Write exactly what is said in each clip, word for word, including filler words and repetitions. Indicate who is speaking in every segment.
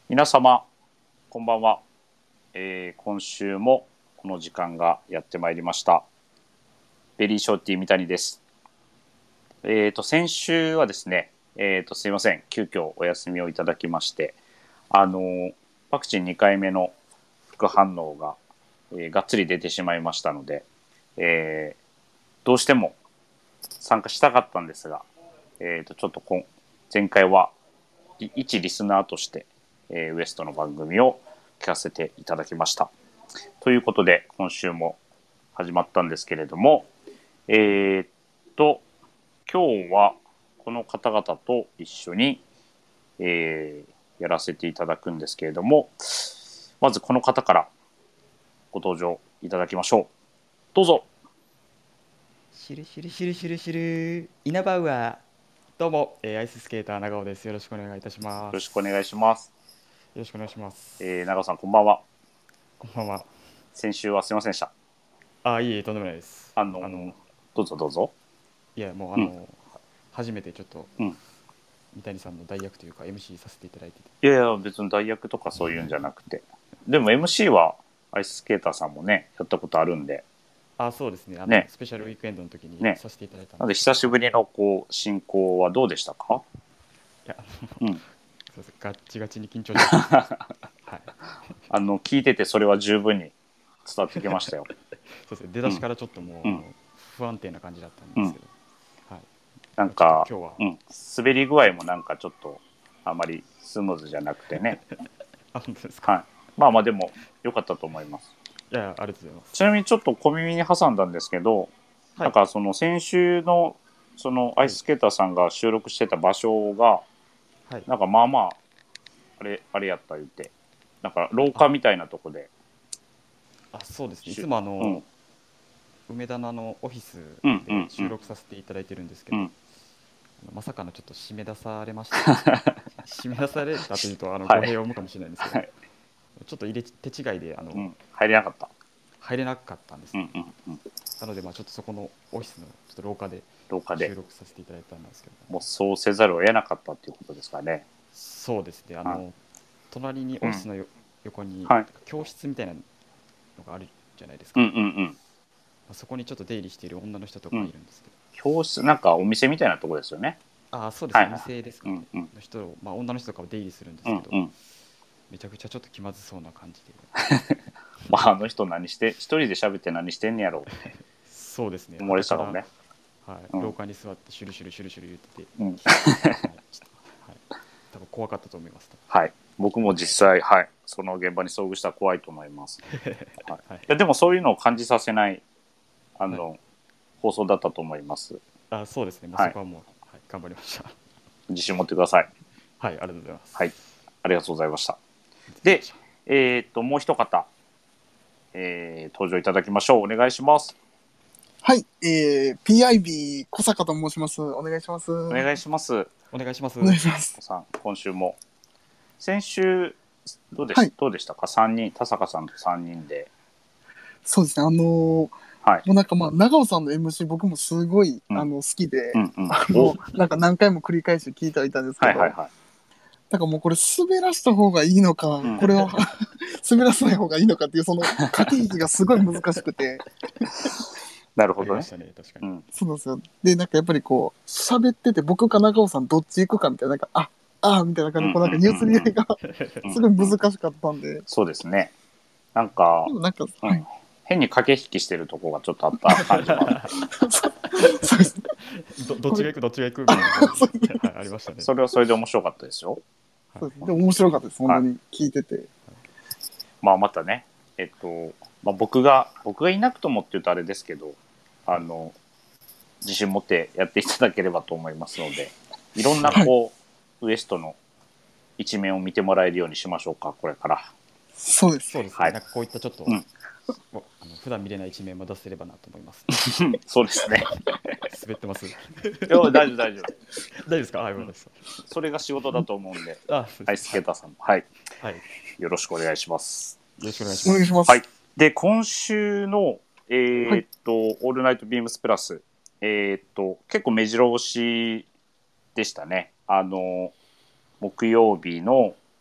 Speaker 1: 皆様こんばんは、えー今週もこの時間がやってまいりました。ベリーショーティー三谷です。えーと先週はですね、えーとすいません、急遽お休みをいただきまして、あのーワクチンにかいめの副反応が、えーがっつり出てしまいましたので、えーどうしても参加したかったんですが、えーとちょっと今前回は一リスナーとして、えーウエストの番組を聞かせていただきました。ということで今週も始まったんですけれども、えーっと今日はこの方々と一緒に、えーやらせていただくんですけれども、まずこの方からご登場いただきましょう。どうぞ。
Speaker 2: シュルシュルシュルシュルシュルイナバウアー。どうも、えーアイススケーター長尾です。よろしくお願いいたし
Speaker 1: よ
Speaker 2: ます。
Speaker 1: ろしくお願いします。
Speaker 2: よろしくお願いします。
Speaker 1: えー、長尾さんこんばんは。
Speaker 2: こんばんは。
Speaker 1: 先週はすいませんでした。
Speaker 2: あ、いえいえ、とんでもないです。
Speaker 1: あの
Speaker 2: あの、
Speaker 1: どうぞどうぞ。
Speaker 2: いや、もうあ
Speaker 1: うん
Speaker 2: の、は初めてちょっと
Speaker 1: うん。
Speaker 2: 三谷さんの代役というか エムシー させていただいてて。
Speaker 1: いやいや別に代役とかそういうんじゃなくて、でも エムシー はアイススケーターさんもねやったことあるんで
Speaker 2: あ、そうですね。あの、
Speaker 1: ね。
Speaker 2: スペシャルウィークエンドの時に
Speaker 1: ね。
Speaker 2: させていただいたん
Speaker 1: なので
Speaker 2: ですけど、はい。
Speaker 1: 久しぶりのこう進行はどうでしたか？
Speaker 2: いや、
Speaker 1: うん。
Speaker 2: そうです。ガッチガチに緊張しました。はい。
Speaker 1: あの聞いててそれは十分に伝わってきましたよ。
Speaker 2: そうですね。出だし
Speaker 1: うん。
Speaker 2: からちょっともう、
Speaker 1: うん
Speaker 2: あの、不安定な感じだったん
Speaker 1: うん。
Speaker 2: ですけど、はい。まあ、ちょっと
Speaker 1: なんか、
Speaker 2: 今日は、
Speaker 1: うん、滑り具合もなんかちょっとあまりスムーズじゃなくてね。
Speaker 2: あ、本当ですか。
Speaker 1: はい。まあまあでも良かったと思います。
Speaker 2: いや、ありがとうございます。
Speaker 1: ちなみにちょっと小耳に挟んだんですけど、
Speaker 2: はい。
Speaker 1: なんかその先週のそのアイ
Speaker 2: はい。
Speaker 1: ススケーターさんが収録してた場所が
Speaker 2: はい。
Speaker 1: なんかまあまああれあれやった言って、なんか廊下
Speaker 2: あ、
Speaker 1: みたいなとこで
Speaker 2: あ、そうですね。い
Speaker 1: しゅ
Speaker 2: つもあ
Speaker 1: うん
Speaker 2: の梅田のあのオフィス
Speaker 1: うんう
Speaker 2: で
Speaker 1: んうん
Speaker 2: 収録させていただいてるんですけど、
Speaker 1: うん
Speaker 2: あのまさかのちょっと締め出されまして、締め出されたというとあの語
Speaker 1: はい
Speaker 2: 弊を生むかもしれないんですけど、
Speaker 1: はい。
Speaker 2: ちょっと入れ手違いであの
Speaker 1: うん入れなかった。
Speaker 2: 入れなかったんですね。
Speaker 1: うんうんうん。
Speaker 2: なのでまあちょっとそこのオフィスのちょっと廊下で
Speaker 1: 廊下で
Speaker 2: 収録させていただいたんですけど、
Speaker 1: もうそうせざるを得なかったっていうことですかね。
Speaker 2: そうですね。あ
Speaker 1: は
Speaker 2: の隣に
Speaker 1: い。うん。
Speaker 2: オフィスのよ横に
Speaker 1: はい。
Speaker 2: 教室みたいなのがあるじゃないですか。
Speaker 1: うんうん
Speaker 2: まあそこにちょっと出入りしている女の人と
Speaker 1: うんうん。
Speaker 2: かがいるんですけど、
Speaker 1: 教室なんかお店みたいなとこですよね。
Speaker 2: ああ、そうですね、お
Speaker 1: はいはい。
Speaker 2: 店ですかね。
Speaker 1: うんうん
Speaker 2: の人を、まあ、女の人とかも出入りするんですけど、
Speaker 1: うんうん。
Speaker 2: めちゃくちゃちょっと気まずそうな感じで、
Speaker 1: まああの人何して一人で喋って何してんねやろうって
Speaker 2: そうですね、
Speaker 1: 思われ
Speaker 2: 傍から、
Speaker 1: てたかもね。
Speaker 2: はい、
Speaker 1: うん
Speaker 2: 廊下に座ってシュルシュルシュルシュル言ってて、
Speaker 1: うん。
Speaker 2: はい、ちょっと、はい、多分怖かったと思います。
Speaker 1: はい。僕も
Speaker 2: はい、
Speaker 1: 実際はいその現場に遭遇したら怖いと思います。はい。い
Speaker 2: はい、
Speaker 1: やでもそういうのを感じさせないあ
Speaker 2: はい、
Speaker 1: の放送だったと思います。
Speaker 2: あ、そうですね、もう
Speaker 1: はい。
Speaker 2: そこはもう、はい、頑張りました。
Speaker 1: 自信持ってください。
Speaker 2: はい、ありがとうございま
Speaker 1: はい。
Speaker 2: す。
Speaker 1: ありがとうございました。
Speaker 2: ありがとうございま
Speaker 1: で、
Speaker 2: した。
Speaker 1: えーっともう一方、えー登場いただきましょう。お願いします。
Speaker 3: はい、えー、ピーアイビー 小坂と申します。お願いします。お
Speaker 1: お願いします。
Speaker 2: お願いします。
Speaker 3: 願いします。
Speaker 1: さん今週も先週どうで
Speaker 3: はい、
Speaker 1: しどうでしたか？さんにん田坂さんとさんにんで。
Speaker 3: そうですね。あのー、も
Speaker 1: はい。
Speaker 3: うなんかまあ、長尾さんの エムシー 僕もすごい、
Speaker 1: うん
Speaker 3: あの、好きで、
Speaker 1: うんうん。
Speaker 3: あ
Speaker 1: お
Speaker 3: の、なんか何回も繰り返し聞いてはいたんですけど、
Speaker 1: はいはいはい。
Speaker 3: なんかもうこれ滑らした方がいいのか、
Speaker 1: うん
Speaker 3: これは滑らせない方がいいのかっていう、その駆け引きがすごい難しくて、
Speaker 1: なるほどね。
Speaker 2: ありましたね、確かに。
Speaker 1: うん。
Speaker 3: そうなんですよ。で、なんかやっぱりこう、喋ってて僕か長尾さんどっち行くかみたいな、なんか、あ、ああ、みたいな感じで、こうなんか譲り合いが
Speaker 1: うん
Speaker 3: すごい
Speaker 1: うん。
Speaker 3: 難しかったんで、
Speaker 1: そうですね。なんか、
Speaker 3: でもなんか、
Speaker 1: うん、
Speaker 3: はい。
Speaker 1: 変に駆け引きしてるとこがちょっとあった感じもある。
Speaker 3: そうですね。
Speaker 2: どどっ
Speaker 3: これ、
Speaker 2: ちが行く、どっちが行くみたいな感じで、はい、ありましたね。
Speaker 1: それはそれで面白かったですよ。
Speaker 2: はい、
Speaker 3: そうですね。でも面白かったです。本
Speaker 1: はい。
Speaker 3: 当に聞いてて。
Speaker 1: まあまたね、えっと、まあ、僕が僕がいなくともって言うとあれですけど、あの自信持ってやっていただければと思いますので、いろんな
Speaker 2: はい、
Speaker 1: こうウエストの一面を見てもらえるようにしましょうか、これから。
Speaker 3: そうですね。
Speaker 2: そうですね、
Speaker 1: はい。
Speaker 2: なんかこういったちょっと、
Speaker 1: うん。
Speaker 2: おあの普段見れない一面も出せればなと思います。
Speaker 1: そうですね。
Speaker 2: 滑ってます。
Speaker 1: いや大丈夫大丈夫。
Speaker 2: 大丈夫ですか？はい、わか
Speaker 1: うん。
Speaker 2: りまし
Speaker 1: それが仕事だと思うんで、
Speaker 2: た。あ、そう
Speaker 1: アイ
Speaker 2: ですね。
Speaker 1: ススケーターさんも、はい、
Speaker 2: はい。はい。よ
Speaker 1: よろしくお願いします。
Speaker 2: ろしくお願いし
Speaker 3: お願いしま
Speaker 2: ます。
Speaker 1: はい。
Speaker 3: す。
Speaker 1: で、今週の、え
Speaker 3: はい。
Speaker 1: ーっと、オールナイトビームスプラス、えーっと、結構目白押しでしたね。あの、木曜日の、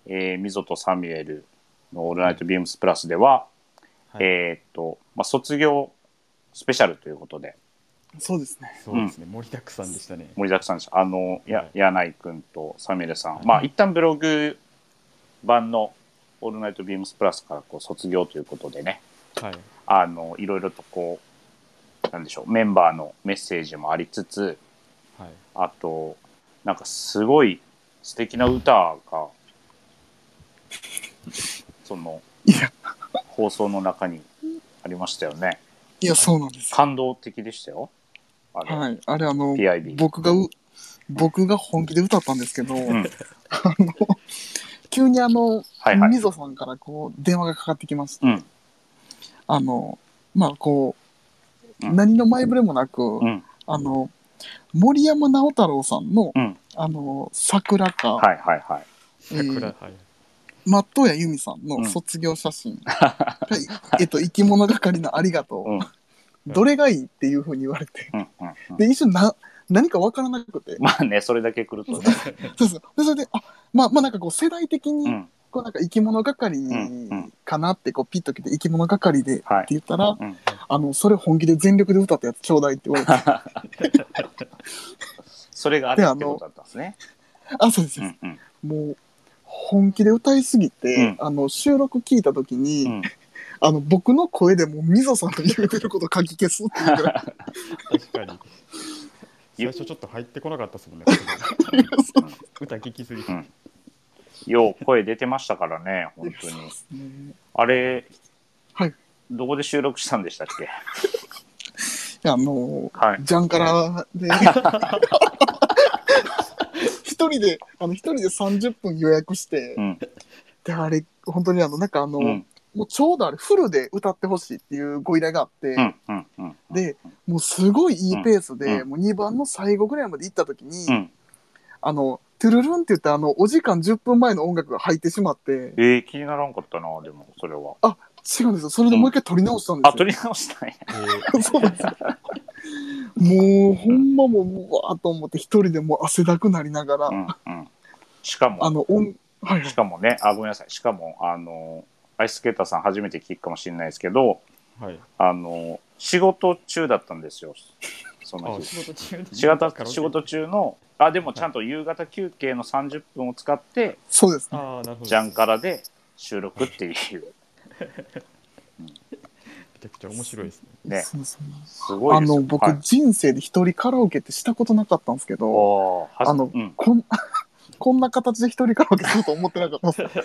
Speaker 1: えー、ミゾとサミュエルのオールナイトビームスプラスでは、
Speaker 2: はい、
Speaker 1: えーっと、まあ、卒業スペシャルということで、
Speaker 3: そうですね。
Speaker 2: そうですね、盛りだくさんでしたね。
Speaker 1: 盛りだくさんでした。あの、や、
Speaker 2: はい
Speaker 1: 柳井くんとサミュエルさん。
Speaker 2: はい
Speaker 1: まあ、一旦ブログ版のオールナイトビームスプラスからこう卒業ということでね、
Speaker 2: はい
Speaker 1: あの、いろいろとこう、なんでしょう、メンバーのメッセージもありつつ、
Speaker 2: はい
Speaker 1: あと、なんかすごい素敵な歌が、その、
Speaker 3: いや、
Speaker 1: 放送の中にありましたよね。
Speaker 3: いや、そうなんです。
Speaker 1: 感動的でしたよ。あれ。
Speaker 3: はい。あれ、あの
Speaker 1: ピーアイビー、
Speaker 3: 僕がう、僕が本気で歌ったんですけど、
Speaker 1: うん。
Speaker 3: あの、急にあの、
Speaker 1: はいはい
Speaker 3: みぞさんからこう、電話がかかってきまして、
Speaker 1: うん。
Speaker 3: あの、まあ、こう、
Speaker 1: うん
Speaker 3: 何の前触れもなく、
Speaker 1: うん。
Speaker 3: あの、森山直太朗さんの、
Speaker 1: うん。
Speaker 3: あの、桜か、
Speaker 1: はいはいはい。
Speaker 2: 桜、
Speaker 3: えー
Speaker 2: はい
Speaker 3: 松任谷由実さんの
Speaker 1: うん
Speaker 3: 卒業写真、はいえっと、生き物係のありがとう、
Speaker 1: うん。
Speaker 3: どれがいいっていうふうに言われて、
Speaker 1: うん。うん。うん。
Speaker 3: で、一瞬な、何かわからなくて、
Speaker 1: まあね、それだけ来るとね。
Speaker 3: そうそう。で、それで、あ、まあ、まあなんかこう世代的に、
Speaker 1: うん。
Speaker 3: こうなんか生き物係
Speaker 1: ん
Speaker 3: かなってこうピッと来て生き物係でって
Speaker 1: はい
Speaker 3: 言ったら、
Speaker 1: うん。
Speaker 3: あの、それ本気で全力で歌ったやつちょうだいって言われて、
Speaker 1: それがあれってことだったんですね。
Speaker 3: あ、そうです。
Speaker 1: うん。うん。
Speaker 3: もう、本気で歌いすぎて、
Speaker 1: うん
Speaker 3: あの、収録聞いた時に、
Speaker 1: うん。
Speaker 3: あの、僕の声でもう、みぞさんと言うてること書き消すっていうぐらい。
Speaker 2: 確かに最初ちょっと入ってこなかったですもんね歌聞きすぎて、
Speaker 1: うんよう声出てましたからね、本当に。
Speaker 3: ね
Speaker 1: あれ、
Speaker 3: はい。
Speaker 1: どこで収録したんでしたっけ？
Speaker 3: あの、
Speaker 1: はい。
Speaker 3: ジャンカラで、一人で、あの、一人でさんじゅっぷん予約して、
Speaker 1: うん。
Speaker 3: で、あれ、本当にあの、なんかあの、
Speaker 1: うん。
Speaker 3: もうちょうどあれ、フルで歌ってほしいっていうご依頼があって、
Speaker 1: うん。うん。うん。
Speaker 3: で、もうすごいいいペースで、
Speaker 1: うん
Speaker 3: もうにばんの最後ぐらいまで行った時に、
Speaker 1: うん。
Speaker 3: あの、トゥルルンって言ったあの、お時間じゅっぷんまえの音楽が入ってしまって、
Speaker 1: えー、気にならんかったな、でも、それは。
Speaker 3: あ、違うんですよ。それでもう一回撮り直したんです
Speaker 1: あ、
Speaker 3: よ。
Speaker 1: 取り直したんや。
Speaker 2: え
Speaker 3: そうなんですよ。もう、ほんまもう、うわーと思って一人でもう汗だくなりながら、
Speaker 1: うん。うん。しかも、
Speaker 3: あの、音、はいはい
Speaker 1: し。かもね、あ、ごめんなさい。しかも、あの、アイススケーターさん初めて聞くかもしれないですけど、
Speaker 2: ーはい
Speaker 1: あの、仕事中だったんですよ。その
Speaker 2: あ
Speaker 1: 日。
Speaker 2: 仕事中に
Speaker 1: 仕事
Speaker 2: カラオケ
Speaker 1: 仕事中の、あ、でもちゃんと夕方休憩のさんじゅっぷんを使って、
Speaker 3: そうですね。
Speaker 2: ああなるほど
Speaker 1: ジャンカラで収録っていう、
Speaker 2: めちゃくちゃ面白いですね
Speaker 1: ね、
Speaker 3: そうそう
Speaker 1: すごいですよ。
Speaker 3: あの、僕、
Speaker 1: はい、
Speaker 3: 人生で一人カラオケってしたことなかったんですけど、
Speaker 1: おーはじ
Speaker 3: あの、
Speaker 1: うん、
Speaker 3: こん、こんな形で一人カラオケすると思ってなかったです。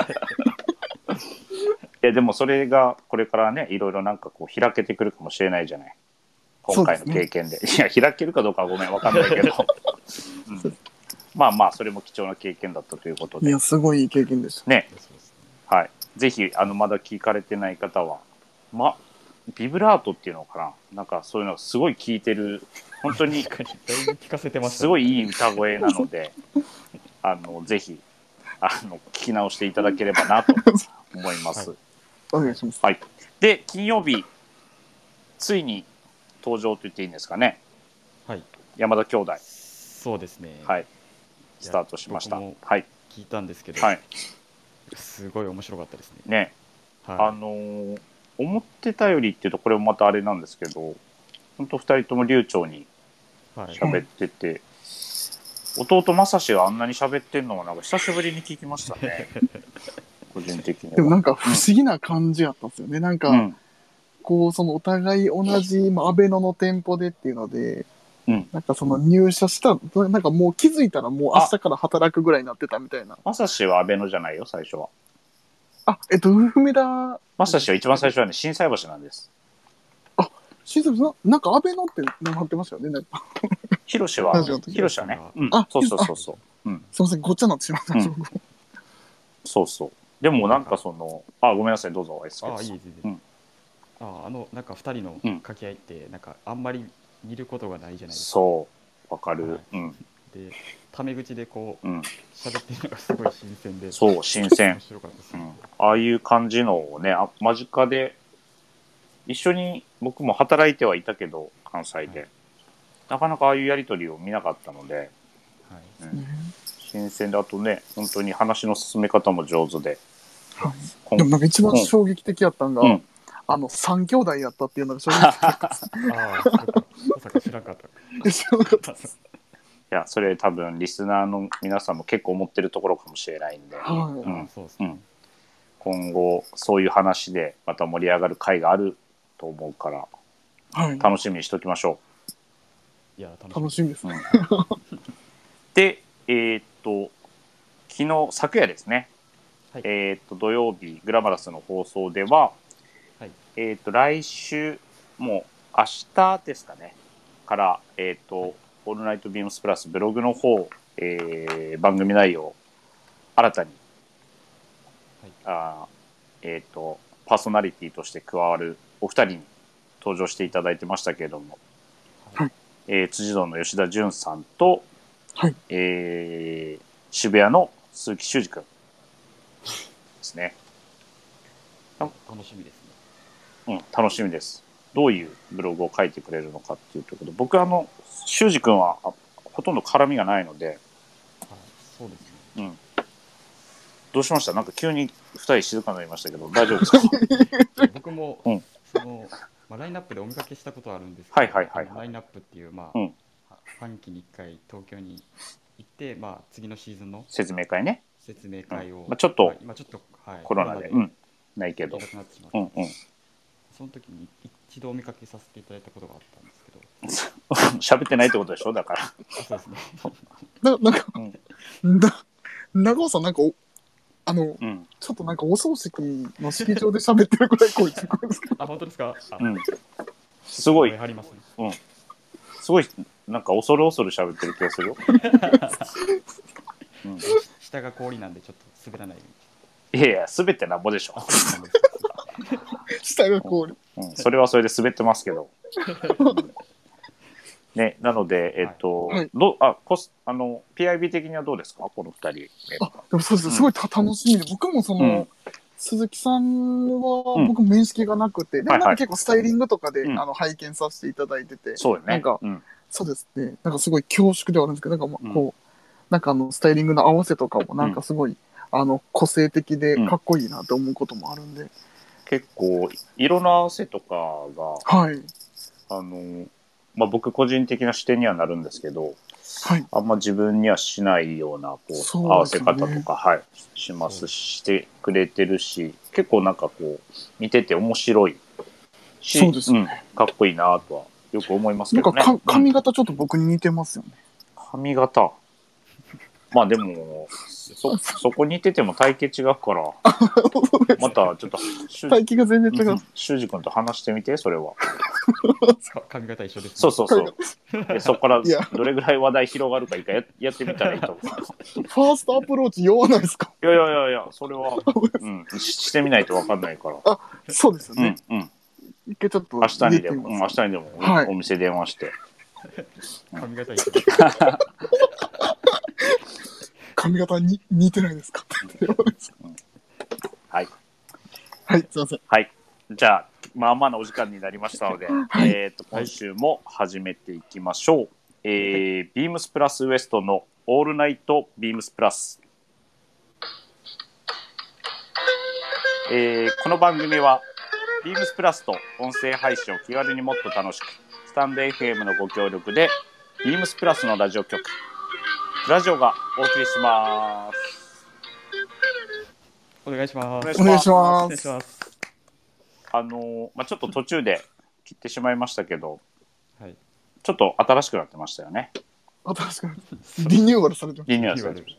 Speaker 1: いやでもそれがこれからね、いろいろなんかこう開けてくるかもしれないじゃない。今回の経験で。いや、開けるかどうかはごめん、わかんないけど、うん。まあまあ、それも貴重な経験だったということで。
Speaker 3: いや、すごいいい経験でした。
Speaker 1: ね、
Speaker 2: そうですね
Speaker 1: はい。ぜひ、あの、まだ聞かれてない方は、ま、ビブラートっていうのかな、なんかそういうのがすごい聞いてる、本当に
Speaker 2: 確かにだいぶ聞かせてます
Speaker 1: すごいいい歌声なので、あの、ぜひ、あの、聞き直していただければなと思います。
Speaker 2: はい
Speaker 3: お願いします。
Speaker 1: はい。で、金曜日、ついに登場と言っていいんですかね。
Speaker 2: はい
Speaker 1: 山田兄弟。
Speaker 2: そうですね
Speaker 1: はい。スタートしました。
Speaker 2: 僕も
Speaker 1: はい。
Speaker 2: 聞いたんですけど、
Speaker 1: はい。
Speaker 2: すごい面白かったですね
Speaker 1: ね。
Speaker 2: はい
Speaker 1: あのー思ってたよりっていうと、これもまたあれなんですけど、本当二人とも流暢に
Speaker 2: はい
Speaker 1: 喋ってて、弟正志があんなに喋ってんのもなんか久しぶりに聞きましたね。個人的には。
Speaker 3: でもなんか不思議な感じやったんですよね。なんか、
Speaker 1: うん。
Speaker 3: こう、そのお互い同じ、まあ、アベノの店舗でっていうので、
Speaker 1: うん。
Speaker 3: なんかその入社した、なんかもう気づいたらもう明日から働くぐらいになってたみたいな。
Speaker 1: 正志は安倍のじゃないよ、最初は。
Speaker 3: あ、えっと、梅田、
Speaker 1: 正志は一番最初はね、心斎橋なんです。
Speaker 3: 新作な、なんかアベノってなってましたよね。なんか
Speaker 1: 広志は
Speaker 3: ラジオの、時
Speaker 1: 広志はね。うん。
Speaker 3: あ
Speaker 1: そうそうそうそう。うん。
Speaker 3: すいません、ごっちゃになってしまったんですよ。
Speaker 1: そうそう。でもなんかその、あ、ごめんなさい、どうぞ、アイスケ
Speaker 2: ああいい
Speaker 1: さん。
Speaker 2: 全然、
Speaker 1: うん
Speaker 2: ああのなんかふたりの
Speaker 1: うん
Speaker 2: 掛け合いってなんかあんまり見ることがないじゃないですか、
Speaker 1: そう。わかる。
Speaker 2: はい
Speaker 1: うん。
Speaker 2: でタメ口でこう
Speaker 1: うん。
Speaker 2: 喋ってるのがすごい新鮮で
Speaker 1: そう、新鮮
Speaker 2: 面。白かったですね、
Speaker 1: うん。ああいう感じのをね、あ間近で、一緒に僕も働いてはいたけど、関西で。
Speaker 2: はい
Speaker 1: なかなかああいうやりとりを見なかったので、
Speaker 2: はい
Speaker 1: うん、 新鮮で、あとね、本当に話の進め方も上手で。
Speaker 3: はい、でもなんか一番衝撃的やったんが、
Speaker 1: うん、
Speaker 3: あの三兄弟やったっていうのが衝撃的だったです。
Speaker 2: ああ、そうか。まさか知らんかった。
Speaker 3: 知らなかったです。
Speaker 1: いや、それ多分リスナーの皆さんも結構思ってるところかもしれないんで、
Speaker 3: はい、
Speaker 1: うん、
Speaker 2: そうですね、
Speaker 1: うん、今後そういう話でまた盛り上がる回があると思うから、はい、楽しみにしておきましょ
Speaker 2: う。いや、
Speaker 3: 楽しみですね。
Speaker 1: うん、で、えー、っと昨日昨夜ですね、はい、えー、っと土曜日グラマラスの放送では、はい、えー、っと来週もう明日ですかねから、えー、っと、はい、オールナイトビームスプラスブログの方、えー、番組内容新たに、はい、あえー、とパーソナリティとして加わるお二人に登場していただいてましたけれども、はい、えー、辻堂の吉田純さんと、はい、えー、渋谷の鈴木修二君ですね。
Speaker 2: 楽しみです
Speaker 1: ね。うん、楽しみです。どういうブログを書いてくれるのかっていうところで、僕あの修二君はほとんど絡みがないので、はい、
Speaker 2: そうですね。
Speaker 1: うん。どうしました？なんか急にふたり静かになりましたけど大丈夫ですか？
Speaker 2: 僕も、うん、その、まあ、ラインナップでお見かけしたことはあるんですけど、はいはいはいはい、ラインナップっていう、まあ、うん、半期にいっかい東京に行って、まあ、次のシーズンの
Speaker 1: 説明会ね。
Speaker 2: 説明会を、
Speaker 1: うん、まあ、ちょっと、まあ、
Speaker 2: 今ちょっと、はい、
Speaker 1: コロナで、うん、ないけど、
Speaker 2: なくなってしまって、うんうん、その時に一度お見かけさせていただいたことがあったんですけど
Speaker 1: 喋ってないってことでしょ、だから。
Speaker 2: そうですね。
Speaker 3: ななんか、うん、な長尾さんなんかあの、うん、ちょっとなんかお葬式の式場で喋ってるくらい声聞こえますけど。
Speaker 2: あ、本当ですか？
Speaker 1: うん。すごい、ね、うん。すごい、なんか恐る恐る喋ってる気がするよ。
Speaker 2: うん、下が氷なんでちょっと滑らないよ
Speaker 1: うに。いやいや、滑ってなんぼでしょ。
Speaker 3: 下が氷、
Speaker 1: うんうん。それはそれで滑ってますけど。ね、なので、えっと、はい、どあコスあの ピーアイビー 的にはどうですか、このふたり。
Speaker 3: あ、でもそうです、うん、すごい楽しみで、僕もその、うん、鈴木さんは僕面識がなくて、うん、でもなんか結構スタイリングとかで、はいはい、あの拝見させていただいてて、
Speaker 1: そうよね、
Speaker 3: なんか、
Speaker 1: うん、
Speaker 3: そうですね、なんかすごい恐縮ではあるんですけど、なんかまあこう、うん、なんかあのスタイリングの合わせとかもなんかすごい、うん、あの個性的でかっこいいなと思うこともあるんで、
Speaker 1: 結構色の合わせとかが、はい、あのまあ、僕個人的な視点にはなるんですけど、はい、あんま自分にはしないようなこう合わせ方とか、はい、しますしてくれてるし、結構なんかこう見てて面白いし、
Speaker 3: そうですね、うん、
Speaker 1: かっこいいなとはよく思いますけどね。
Speaker 3: なんか髪型ちょっと僕に似てますよね。
Speaker 1: うん、髪型まあでも そ, そこ似てても体型違うからまたちょっと
Speaker 3: 体型が全然違う。
Speaker 1: 修二君と話してみて、それは。
Speaker 2: 髪型一緒です、ね、
Speaker 1: そうそうそうでそこからどれぐらい話題広がるかいいか や, やってみたらいいと思う。
Speaker 3: ファーストアプローチ弱ないですか？
Speaker 1: いやいやいやいや、それは、うん、し, してみないと分かんないから。
Speaker 3: あ、そうですよね。
Speaker 1: うん、うん、
Speaker 3: 一回ちょっと
Speaker 1: 明日にでも、うん、明日にでも、はい、お店電話して。
Speaker 2: 髪型一緒です。
Speaker 3: 髪型に似てないですか？
Speaker 1: はい。
Speaker 3: はい、すいません。
Speaker 1: はい。じゃあ、まあまあなお時間になりましたので、はい、えっと、今週も始めていきましょう。はい、えー、ビームスプラスウエストのオールナイトビームスプラス。えー、この番組は、ビームスプラスと音声配信を気軽にもっと楽しく、スタンド エフエム のご協力で、ビームスプラスのラジオ局、ラジオがお送りします。
Speaker 2: お願いします。
Speaker 3: お願いします。
Speaker 1: あのまあ、ちょっと途中で切ってしまいましたけど、はい、ちょっと新しくなってましたよね。
Speaker 3: 新しくなってリニューアルされてました。
Speaker 1: リニューアルされてました。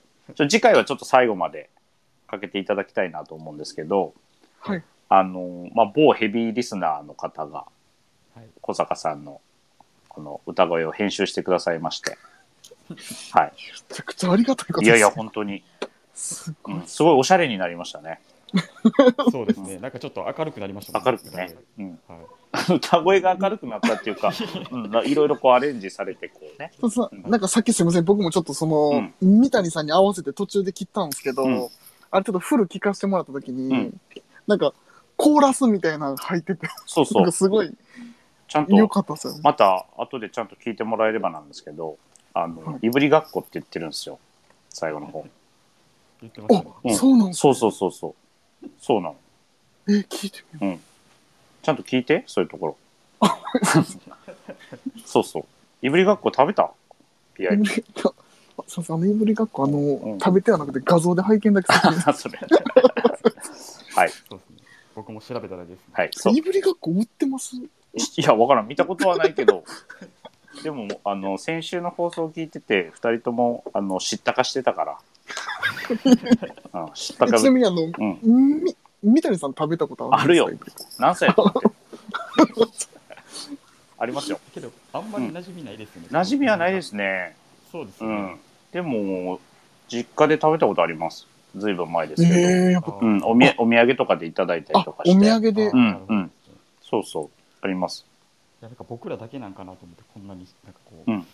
Speaker 1: 次回はちょっと最後までかけていただきたいなと思うんですけど、はい、あのまあ、某ヘビーリスナーの方が、はい、小坂さんのこの歌声を編集してくださいまして、はい、
Speaker 3: めちゃくちゃありがたいことです。
Speaker 1: いやいや本当にすごい、うん、すごいおしゃれになりましたね。
Speaker 2: そうですね、なんかちょっと明るくなりましたもん
Speaker 1: ね。明るくね、うんはい、歌声が明るくなったっていうか、うん、いろいろこうアレンジされてこうね。
Speaker 3: そうそう、なんかさっきすみません、僕もちょっとその、うん、三谷さんに合わせて途中で切ったんですけど、うん、あれちょっとフル聞かせてもらった時に、うん、なんかコーラスみたいなの入ってて、
Speaker 1: そうそう、
Speaker 3: すごい
Speaker 1: ちゃんと
Speaker 3: 良かったですよね。
Speaker 1: また後でちゃんと聞いてもらえればなんですけど、あの、はい、いぶりがっこって言ってるんですよ。 最後の方。
Speaker 2: 言ってましたね。
Speaker 3: あ、そうなん
Speaker 1: そうそうそうそう。そうなの。
Speaker 3: え、聞いてみよう。
Speaker 1: うん。ちゃんと聞いて、そういうところ。そうそう。いぶりがっこ食べた？ピア
Speaker 3: い
Speaker 1: イ。
Speaker 3: ぶりがっこあすいません、あのいぶりがっこ、あの、
Speaker 1: うん
Speaker 3: 食べてはなくて画像で拝見だけさせてくださ
Speaker 1: それ。はい。
Speaker 2: そうですね。僕も調べただけです、ね。
Speaker 1: はい。そ
Speaker 3: い。いぶりがっこ売ってます？
Speaker 1: いや、わからん。見たことはないけど。でも、あの、先週の放送を聞いてて、二人とも、あの、知ったかしてたから。うん、知ったか。
Speaker 3: ちなみにあの、
Speaker 1: うん、
Speaker 3: み三谷さん食べたことあるんですか？
Speaker 1: あるよ。何歳だと思ってる？ありますよ。
Speaker 2: けどあんまり馴染みないですよね。
Speaker 1: うん、馴染みはないですね。
Speaker 2: そうですね。うん、
Speaker 1: でも実家で食べたことあります。ずいぶん前ですけど、
Speaker 3: え
Speaker 1: ーうん、おみお土産とかでいただいたりとかして。
Speaker 3: お土産で、
Speaker 1: うんうん、そうそうあります。
Speaker 2: いやなんか僕らだけなんかなと思ってこんなになんかこう、
Speaker 1: うん、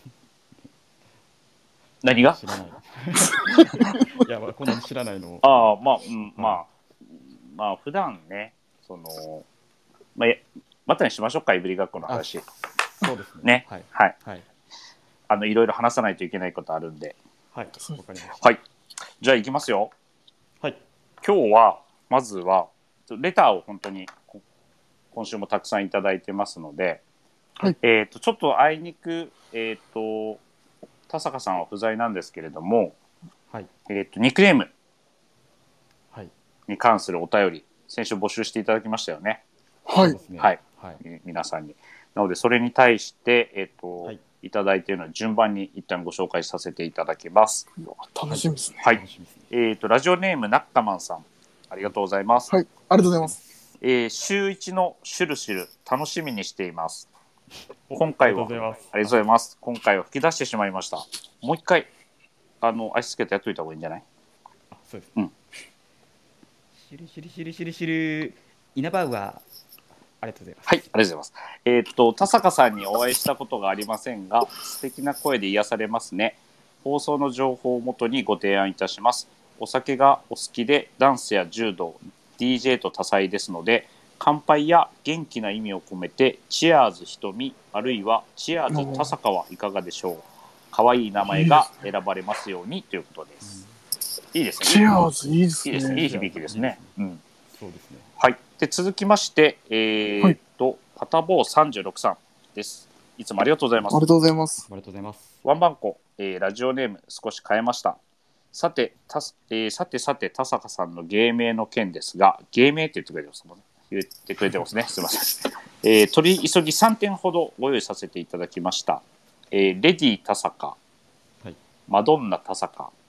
Speaker 1: 何が
Speaker 2: 知らないいや、まあ、こんなに知らないのを。
Speaker 1: ああまあ、うん、まあまあ普段ねそのまあまたにしましょうか、いぶりがっこの話。
Speaker 2: そうですね。
Speaker 1: ね、
Speaker 2: はい
Speaker 1: はい、
Speaker 2: はい、
Speaker 1: あのいろいろ話さないといけないことあるんで。
Speaker 2: はい、わかりました。
Speaker 1: はい、じゃあいきますよ。
Speaker 2: はい。
Speaker 1: 今日はまずはレターを本当に今週もたくさんいただいてますので、
Speaker 3: はい、
Speaker 1: えっとちょっとあいにくえっと田坂さんは不在なんですけれども、
Speaker 2: はい、
Speaker 1: えっとニックネーム
Speaker 2: はい
Speaker 1: に関するお便り先週募集していただきましたよね。
Speaker 3: はい、
Speaker 2: ね、
Speaker 1: はい、
Speaker 2: はい、
Speaker 1: 皆さんに。なのでそれに対してえっと、はい、いただいているのは順番に一旦ご紹介させていただきます。
Speaker 3: 楽しみですね。
Speaker 1: はい、えっとラジオネームナッカマンさん、ありがとうございます。
Speaker 3: はい、ありがとうございます。
Speaker 1: えー、週一のシュルシュル楽しみにしています。今回はありがとうございます。今回は吹き出してしまいました。もう一回あのアイススケートやっといた方がいいんじゃない？
Speaker 2: あ、そうです。
Speaker 1: うん。
Speaker 2: シュルシュルシュルシュルシュルイナバウアー。ありがとうございます。
Speaker 1: はい、ありがとうございます。えー、っと田坂さんにお会いしたことがありませんが、素敵な声で癒されますね。放送の情報をもとにご提案いたします。お酒がお好きでダンスや柔道、ディージェー と多彩ですので、乾杯や元気な意味を込めてチアーズ瞳あるいはチアーズ田坂はいかがでしょう。かわいい名前が選ばれますようにということです。いいですね。
Speaker 3: チアーズいいですね。
Speaker 1: いいですね。いい響きですね。うん。
Speaker 2: そうですね。
Speaker 1: はい。で続きまして、えー、っと、はい、パタボーさんじゅうろくさんです。いつもありがとうございます。
Speaker 3: ありがとうございます。
Speaker 2: ありがとうございます。
Speaker 1: ワンバンコ、えー、ラジオネーム少し変えました。さて、たえー、さてさて田坂さんの芸名の件ですが、芸名って言ってくれてますもんね。言ってくれてますね。すみません。えー、取り急ぎさんてんほどご用意させていただきました。えー、レディ田坂、はい、マドンナ田坂、はい、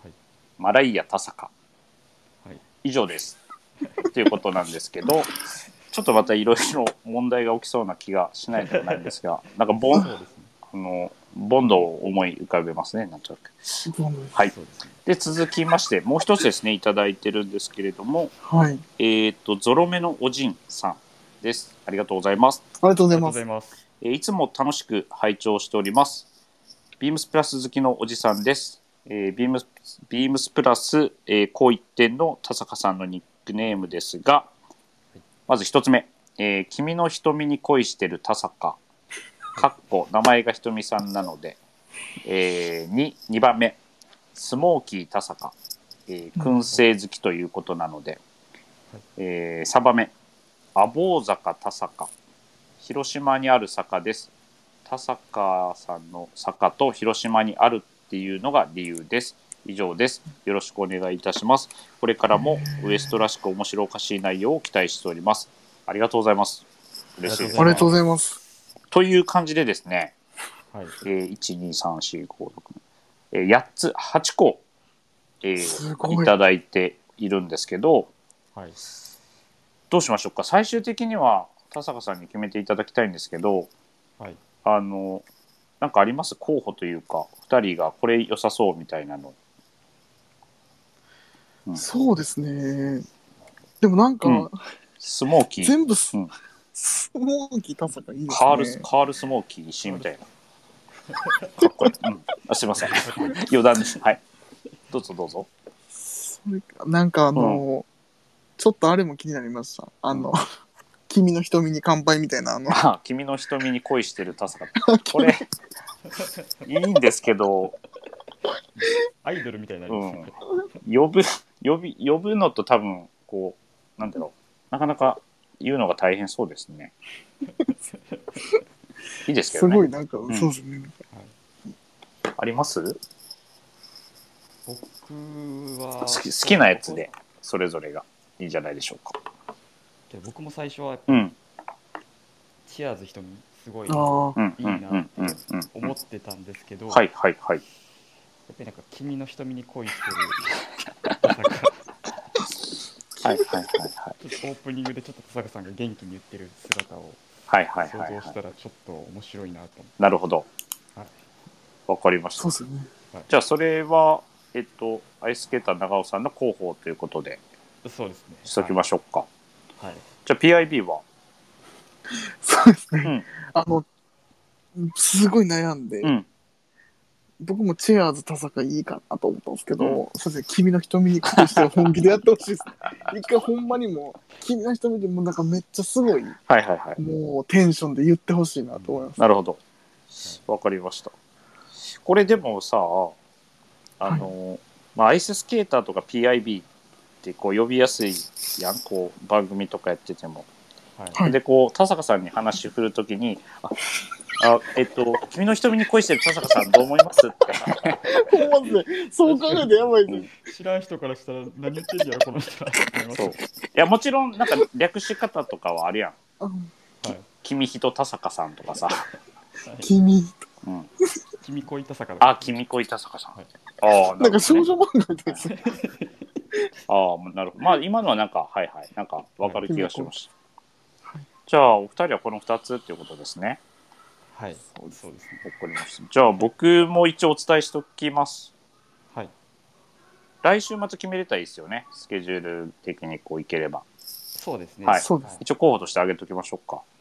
Speaker 1: マライア田坂、はい、以上です。ということなんですけど、ちょっとまたいろいろ問題が起きそうな気がしないでもないんですが、なんかボン、あのボンドを思い浮かべますね、なんとなく。はい。で続きましてもう一つですね、いただいてるんですけれども、
Speaker 3: はい、
Speaker 1: えっとゾロ目のおじんさんです。ありがとうございます。
Speaker 3: ありがとうございます。
Speaker 1: えー、いつも楽しく拝聴しております。ビームスプラス好きのおじさんです。えー、ビームスビームスプラス、えー、高一点の田坂さんのニックネームですが、まず一つ目、えー、君の瞳に恋してる田坂、かっこ名前がひとみさんなので、えー、に, にばんめ、スモーキー田坂、えー、燻製好きということなので、えー、さんばんめ、アボウ坂田坂、広島にある坂です。田坂さんの坂と広島にあるっていうのが理由です。以上です。よろしくお願いいたします。これからもウエストらしく面白おかしい内容を期待しております。ありがとうございます。嬉しいです。
Speaker 3: ありがとうございます。
Speaker 1: という感じでですね、
Speaker 2: はい、
Speaker 1: えー、いち、に、さん、よん、ご、ろく、えー、やっつ、はちこ、えー、いただいているんですけど、はい、どうしましょうか。最終的には田坂さんに決めていただきたいんですけど、はい、あのなんかあります？候補というかふたりがこれ良さそうみたいなの。
Speaker 3: うん、そうですね。でもなんか、うん、
Speaker 1: スモーキー
Speaker 3: 全部ス、うん、スモーキー田坂いいですね。
Speaker 1: カールカールスモーキー石井みたいな。かっこいい。うん、あ、すいません。余談です。はい。どうぞどうぞ。
Speaker 3: それかなんかあの、うん、ちょっとあれも気になりました。あの、うん、君の瞳に乾杯みたいなあの。
Speaker 1: あ、君の瞳に恋してる田坂。これいいんですけど、
Speaker 2: アイドルみたいになりますよね、
Speaker 1: うん、呼ぶ呼び呼ぶのと多分こうなんだろう、なかなか言うのが大変そうですね。いいですけどね。
Speaker 3: すごいなんか、
Speaker 1: うん、
Speaker 3: そうですね。
Speaker 1: はい、あります？
Speaker 2: 僕は
Speaker 1: 好き、好きなやつでそれぞれがいいんじゃないでしょうか。
Speaker 2: 僕も最初はやっぱり、うん、チアーズ瞳すごいいいなって思ってたんですけど、
Speaker 1: はいはいはい。やっ
Speaker 2: ぱりなんか君の瞳に恋してる
Speaker 1: はいはいはいはい。
Speaker 2: ちょっとオープニングでちょっと田坂さんが元気に言ってる姿を想像したらちょっと面白いなと思って。
Speaker 1: なるほど。はい。わかりました。
Speaker 3: そうですね。
Speaker 1: じゃあそれはえっとアイススケーター長尾さんの広報ということで。
Speaker 2: そうですね。
Speaker 1: しときましょうか。
Speaker 2: はい。
Speaker 1: じゃあ ピーアイビー は。
Speaker 3: そうですね。うん、あのすごい悩んで。うん、僕もチェアーズ田坂いいかなと思ったんですけど、うん、そうですね、君の瞳に恋して本気でやってほしいですね。一回ほんまにもう、君の瞳でもなんかめっちゃすごい、
Speaker 1: はいはいはい、
Speaker 3: もうテンションで言ってほしいなと思います。
Speaker 1: なるほど。わかりました。これでもさ、あの、はい、まあ、アイススケーターとか ピーアイビー ってこう呼びやすいやん、こう番組とかやってても。はい、で、こう、田坂さんに話振るときに、ああ、えっと、君の瞳に恋してる田坂さんどう思いますって。
Speaker 3: ほんまですね。そう考えてやばいです、
Speaker 2: うん。知らん人からしたら何言ってんやろ、この人は。
Speaker 1: そう。いや、もちろん、なんか略し方とかはあるやん。うん、はい、君人田坂さんとかさ。
Speaker 3: 君
Speaker 1: 人。うん。
Speaker 2: 君恋田坂。
Speaker 1: あ、君恋田坂さん。はい、ああ、
Speaker 3: なんか少女漫画ですね。
Speaker 1: ああ、なるほど。まあ、今のはなんか、はいはい。なんか、わかる気がしました。はい、じゃあ、お二人はこの二つっていうことですね。
Speaker 2: はい、そうですね。
Speaker 1: わかりました。じゃあ僕も一応お伝えしておきます。
Speaker 2: はい。
Speaker 1: 来週末決めれたらいいですよね。スケジュール的にこういければ。
Speaker 2: そうですね。
Speaker 1: はい。
Speaker 3: そうです。
Speaker 1: 一応候補として挙げておきましょうか。はい。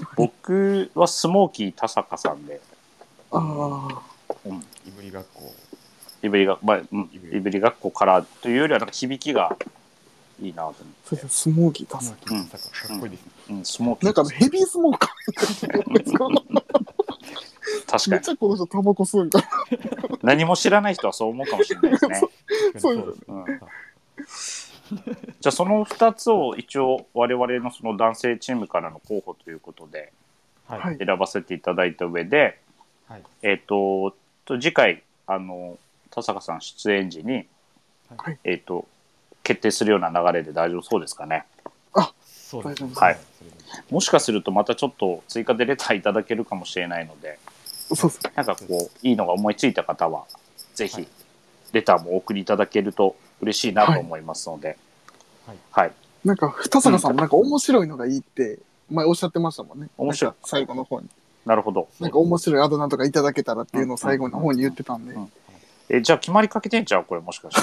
Speaker 1: 僕はスモーキー田坂さんで。
Speaker 3: ああ。
Speaker 2: うん。いぶりがっこ。
Speaker 1: いぶりが、まあ、うん、いぶりがっこからというよりはなんか響きがいいなと思って。
Speaker 3: そうですね。スモーキー田坂。
Speaker 2: うん、かっこいいですね。
Speaker 1: うん、スモーキー。
Speaker 3: なんかヘビースモーカー。
Speaker 1: 確かに。
Speaker 3: めっちゃこの人タバコ吸うんか。
Speaker 1: 何も知らない人はそう思うかもしれないですね。
Speaker 3: そうですね。
Speaker 1: うん、じゃあそのふたつを一応我々のその男性チームからの候補ということで選ばせていただいた上で、はい、えっ、ー、と次回あの田坂さん出演時に、はい、えっ、ー、と決定するような流れで大丈夫そうですかね。
Speaker 3: あ、そう大丈夫です。
Speaker 1: はい。もしかするとまたちょっと追加でレターいただけるかもしれないので、
Speaker 3: そうですね。
Speaker 1: なんかこういいのが思いついた方はぜひレターもお送りいただけると嬉しいなと思いますので、はい。はい、
Speaker 3: なんか田坂さんもなんか面白いのがいいって前おっしゃってましたもんね。
Speaker 1: 面白い。
Speaker 3: 最後の方に。
Speaker 1: なるほど。
Speaker 3: なんか面白いあだ名とかいただけたらっていうのを最後の方に言ってたんで。うんうんうん
Speaker 1: え、じゃあ決まりかけてんちゃうこれもしかして。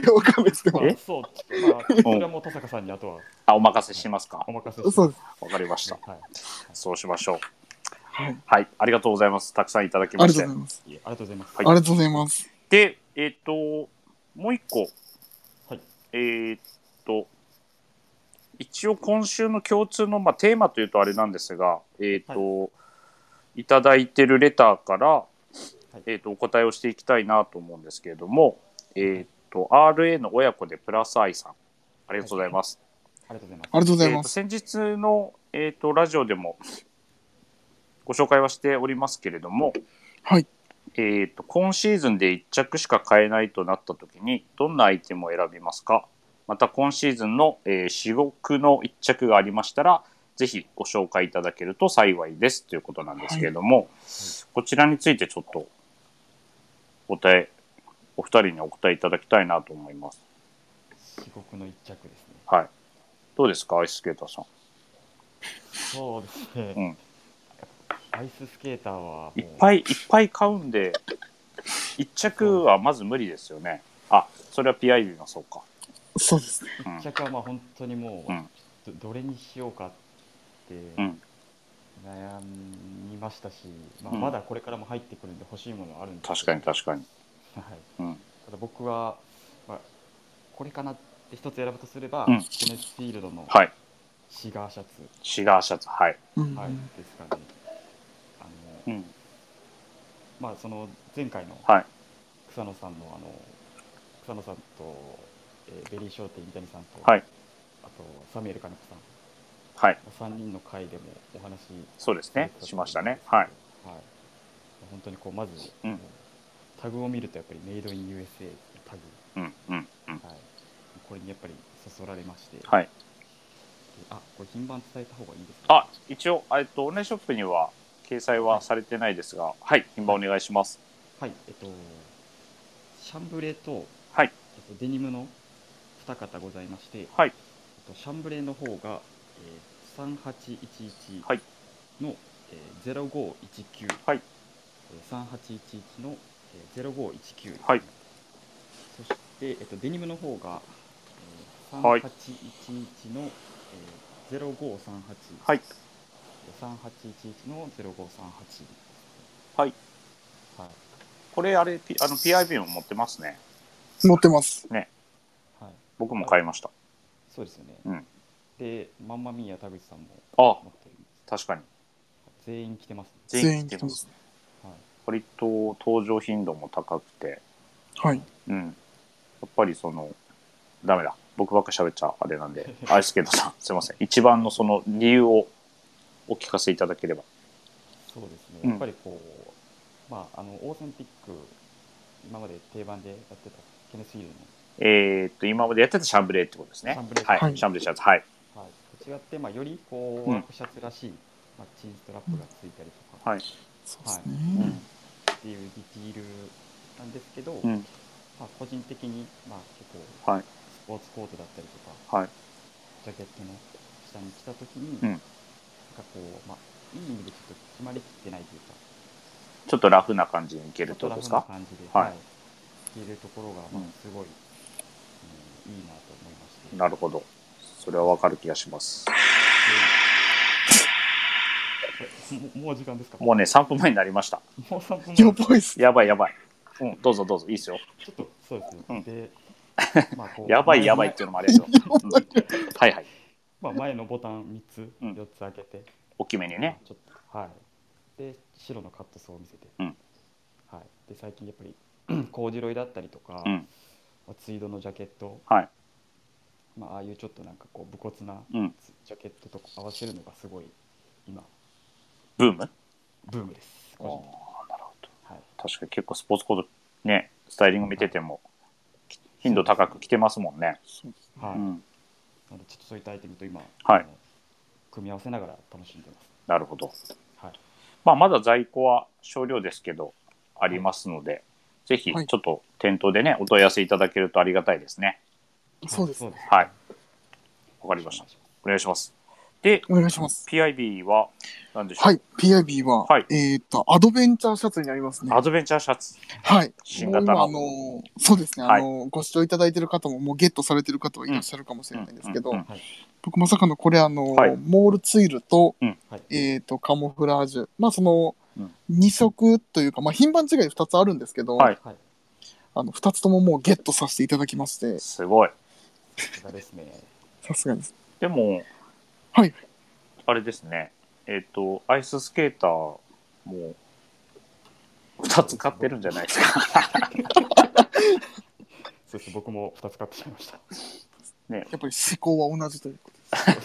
Speaker 3: わかんないですけど。
Speaker 2: え、そう、まあ、それはもう田坂さんにあとは。
Speaker 1: あ、お任せしますか。
Speaker 2: お任せします。
Speaker 3: そうです。
Speaker 1: わかりました、はい。そうしましょう。
Speaker 3: はい。
Speaker 1: はい、ありがとうございます。たくさんいただきまして。
Speaker 3: ありがとうございます。
Speaker 2: ありがとうございます。
Speaker 3: はい、ありがとうございます。
Speaker 1: で、えっ、ー、と、もう一個。
Speaker 2: はい。
Speaker 1: えっ、ー、と、一応今週の共通の、まあ、テーマというとあれなんですが、えっ、ー、と、はい、いただいてるレターから、えー、とお答えをしていきたいなと思うんですけれども、えー、と アールエー の親子でプラス愛さんありがとうございます。
Speaker 2: ありがとうございます。
Speaker 3: ありがとうございます。
Speaker 1: 先日の、えー、とラジオでもご紹介はしておりますけれども、
Speaker 3: はい。
Speaker 1: えー、と今シーズンでいっ着しか買えないとなった時にどんなアイテムを選びますか。また今シーズンの至極のいっ着がありましたらぜひご紹介いただけると幸いですということなんですけれども、はい、こちらについてちょっとお答えお二人にお答えいただきたいなと思います。
Speaker 2: 至極の一着ですね。
Speaker 1: はい。どうですかアイススケーターさん。
Speaker 2: そうですね。うん、アイススケーターはいっ
Speaker 1: ぱいいっぱい買うんで一着はまず無理ですよね。あ、それは ピーアイビー もそうか。
Speaker 3: そうですね。
Speaker 2: 一着はまあ本当にもう、うん、ど, どれにしようかって。うん悩みましたし、まあ、まだこれからも入ってくるんで欲しいものはあるんです
Speaker 1: けど、うん、確かに確かに、
Speaker 2: はいうん、ただ僕は、まあ、これかなって一つ選ぶとすれば、うん、ケネスフィールドのシガーシャツ、はい、
Speaker 1: シガーシャツはい、
Speaker 2: はい、ですかね。あの、うん、 まあその前回の
Speaker 1: はい
Speaker 2: 草野さんのあの草野さんと、えーベリー商店三谷さんと、
Speaker 1: はい
Speaker 2: あとサミュエル金子さん、
Speaker 1: はい、
Speaker 2: さんにんの会でもお話
Speaker 1: そうですね、しましたね。はい。
Speaker 2: はい、本当にこうまず、
Speaker 1: うん、
Speaker 2: タグを見るとやっぱりメイドイン ユーエスエー のタグ、
Speaker 1: うんうんうん、
Speaker 2: はい、これにやっぱりそそられまして、
Speaker 1: はい、
Speaker 2: あ、これ品番伝えた方がいいですか？
Speaker 1: あ、一応、えっと、オンラインショップには掲載はされてないですが、はい、はい、品番お願いします。
Speaker 2: はい、えっと、シャンブレーと、
Speaker 1: はい、
Speaker 2: えっと、デニムのに方ございまして、
Speaker 1: はい、
Speaker 2: えっと、シャンブレーの方が、えー、さんはちいちいちの、えー、ゼロごいちきゅう、
Speaker 1: はい、
Speaker 2: さんはちいちいちの、えー、ゼロごいちきゅうですね。
Speaker 1: はい、
Speaker 2: そして、えっと、デニムの方が、えー、
Speaker 1: はい、
Speaker 2: さんはちいちいちの、えー、ゼロごさんはち、
Speaker 1: はい、
Speaker 2: さんはちいちいちのゼロごさんはち、
Speaker 1: はい。
Speaker 2: はい、
Speaker 1: これあれ、P、あの ピーアイビー も持ってますね。
Speaker 3: 持ってます
Speaker 1: ね。
Speaker 2: はい、
Speaker 1: 僕も買いました。
Speaker 2: そうですよね。
Speaker 1: うん。
Speaker 2: で、マンマミーヤ田口さんも
Speaker 1: あ、
Speaker 2: 持ってるんです。
Speaker 1: 確かに。
Speaker 2: 全員来てますね。
Speaker 1: 全員来てますね。
Speaker 2: はい、
Speaker 1: 割と登場頻度も高くて、
Speaker 3: はい。
Speaker 1: うん。やっぱりその、ダメだ。僕ばっか喋っちゃあれなんで、アイスケートさん、すいません。一番のその理由をお聞かせいただければ。
Speaker 2: そうですね。
Speaker 1: うん、
Speaker 2: やっぱりこう、まあ、あの、オーセンティック、今まで定番でやってたケネス・ヒールの、
Speaker 1: えーっと、今までやってたシャンブレーってことですね。
Speaker 2: シャンブレー、
Speaker 1: はい。
Speaker 3: はい、
Speaker 1: シャンブレーシャツ。はい。
Speaker 2: はい、と違って、まあ、よりこう、
Speaker 1: うん
Speaker 2: ワークシャツらしい、まあ、チンストラップがついたりとか、
Speaker 1: はい。
Speaker 3: そうです
Speaker 2: はい、
Speaker 3: ね。
Speaker 1: うん。
Speaker 2: っていうディティールなんですけど、
Speaker 1: うん。
Speaker 2: まあ、個人的に、まあ、結構、
Speaker 1: はい。
Speaker 2: スポーツコートだったりとか、
Speaker 1: はい。
Speaker 2: ジャケットの下に着たときに、
Speaker 1: うん。
Speaker 2: なんかこう、まあ、いい意味でちょっと決まりきってないというか、
Speaker 1: ちょっとラフな感じにいけるって
Speaker 2: ちょっと
Speaker 1: ことですか？
Speaker 2: ラフな感じで、
Speaker 1: はい。
Speaker 2: はい、着れるところが、まあ、すごい、うん、いいなと思いまして。
Speaker 1: なるほど。それはわかる気がします。
Speaker 2: も, もう時間ですか？
Speaker 1: もうね、さんぷんまえになりました。
Speaker 2: もうさんぷん
Speaker 3: やばいっす。
Speaker 1: やばいやばい。うん、どうぞどうぞ、いいですよ。
Speaker 2: ちょっと、そうですね。
Speaker 1: うん、
Speaker 2: で、まあ、こう
Speaker 1: やばいやばいっていうのもあれですよ。うん、はいはい。
Speaker 2: まあ、前のボタンみっつ、
Speaker 1: うん、
Speaker 2: よっつ開けて、
Speaker 1: 大きめにね。
Speaker 2: ちょっと、はい。で、白のカットソーを見せて、
Speaker 1: うん、
Speaker 2: はい。で、最近やっぱり、コーデュロイだったりとか、
Speaker 1: うん、
Speaker 2: まあ、ツイードのジャケット、
Speaker 1: はい。
Speaker 2: まあ、ああいうちょっとなんかこう、武骨な
Speaker 1: うん、
Speaker 2: ジャケットと合わせるのがすごい、今、
Speaker 1: ブーム？
Speaker 2: ブームです。個人的に。
Speaker 1: なるほど。
Speaker 2: はい。
Speaker 1: 確かに結構スポーツコートね、スタイリング見てても、頻度高く着てますもんね。
Speaker 3: そうですね。
Speaker 2: はい。
Speaker 1: うん、
Speaker 2: なので、ちょっとそういったアイテムと今、
Speaker 1: はい、
Speaker 2: 組み合わせながら楽しんでます。
Speaker 1: なるほど。
Speaker 2: はい。
Speaker 1: まあ、まだ在庫は少量ですけど、ありますので、はい、ぜひ、ちょっと店頭でね、お問い合わせいただけるとありがたいですね。
Speaker 3: そうですね。
Speaker 1: はい。わかりました。お願いします。で、
Speaker 3: お願いします。
Speaker 1: ピーアイビー は何でしょう？
Speaker 3: はい、ピーアイビー は、はい、えっと、アドベンチャーシャツになりますね。
Speaker 1: アドベンチャーシャツ。
Speaker 3: はい。
Speaker 1: 新型の。
Speaker 3: もう今、あの、そうですね、あの、はい、ご視聴いただいている方も、もうゲットされている方はいらっしゃるかもしれないんですけど、僕まさかのこれ、あの、はい、モールツイルと、うん、えっと、カモフラージュ。まあ、その、うん、に色というか、まあ、品番違いふたつあるんですけど、はい、あのふたつとももうゲットさせていただきまして。
Speaker 1: すごい。
Speaker 2: さすがですね。
Speaker 3: さすがです。
Speaker 1: でも、
Speaker 3: はい。
Speaker 1: あれですね。えっと、アイススケーターもふたつ買ってるんじゃないですか。
Speaker 2: そうです。僕もふたつ買ってしまいました。
Speaker 3: ね、やっぱり思考は同じということです。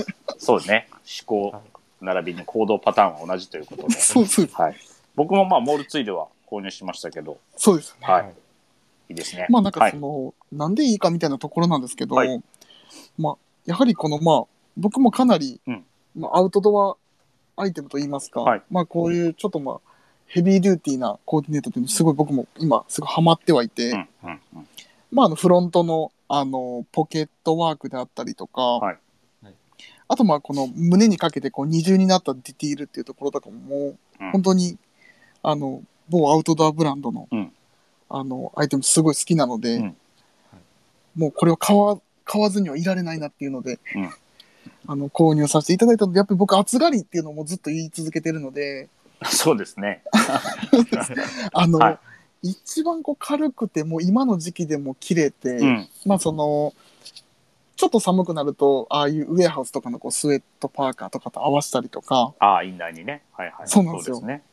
Speaker 1: そうですね。思考並びに行動パターンは同じということで。
Speaker 3: そうそう。
Speaker 1: はい。僕もまあモールツイルは購入しましたけど。
Speaker 3: そうですね。
Speaker 1: はい。いいですね。
Speaker 3: まあなんかその、はい、なんでいいかみたいなところなんですけど、はい、まあやはりこのまあ僕もかなり、うん、まあアウトドアアイテムといいますか、はい、まあこういうちょっとまあヘビーデューティーなコーディネートっていうのすごい僕も今すごいハマってはいて、うんうんうん、まああのフロントのあのポケットワークであったりとか、はい、あとまあこの胸にかけてこう二重になったディティールっていうところとかももう本当に、うん、あの某アウトドアブランドの、うん、あのアイテムすごい好きなので、うん、もうこれを買わ買わずにはいられないなっていうので、うん、あの購入させていただいたので、やっぱり僕暑がりっていうのもずっと言い続けてるので、
Speaker 1: そうですね。
Speaker 3: あの、はい、一番こう軽くてもう今の時期でも着れて、うん、まあそのちょっと寒くなるとああいうウェアハウスとかのこうスウェットパーカーとかと合わせたりとか、
Speaker 1: ああインナーにね、はいはい、
Speaker 3: そうなんですよ。そうですね。